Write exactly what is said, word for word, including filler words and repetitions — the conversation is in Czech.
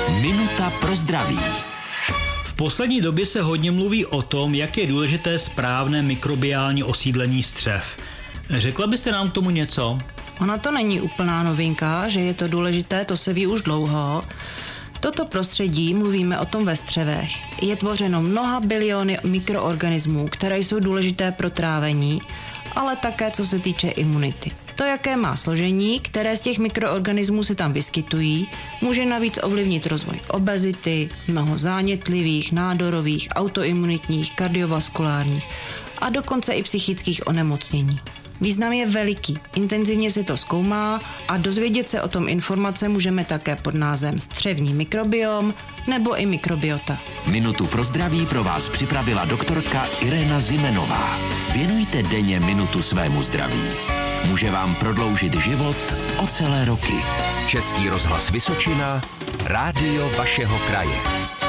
Minuta pro zdraví. V poslední době se hodně mluví o tom, jak je důležité správné mikrobiální osídlení střev. Řekla byste nám k tomu něco? Ona to není úplná novinka, že je to důležité, to se ví už dlouho. Toto prostředí, mluvíme o tom ve střevech, je tvořeno mnoha biliony mikroorganismů, které jsou důležité pro trávení, ale také co se týče imunity. To, jaké má složení, které z těch mikroorganismů se tam vyskytují, může navíc ovlivnit rozvoj obezity, mnoho zánětlivých, nádorových, autoimunitních, kardiovaskulárních a dokonce i psychických onemocnění. Význam je veliký, intenzivně se to zkoumá a dozvědět se o tom informace můžeme také pod názvem střevní mikrobiom nebo i mikrobiota. Minutu pro zdraví pro vás připravila doktorka Irena Zimenová. Věnujte denně minutu svému zdraví. Může vám prodloužit život o celé roky. Český rozhlas Vysočina, rádio vašeho kraje.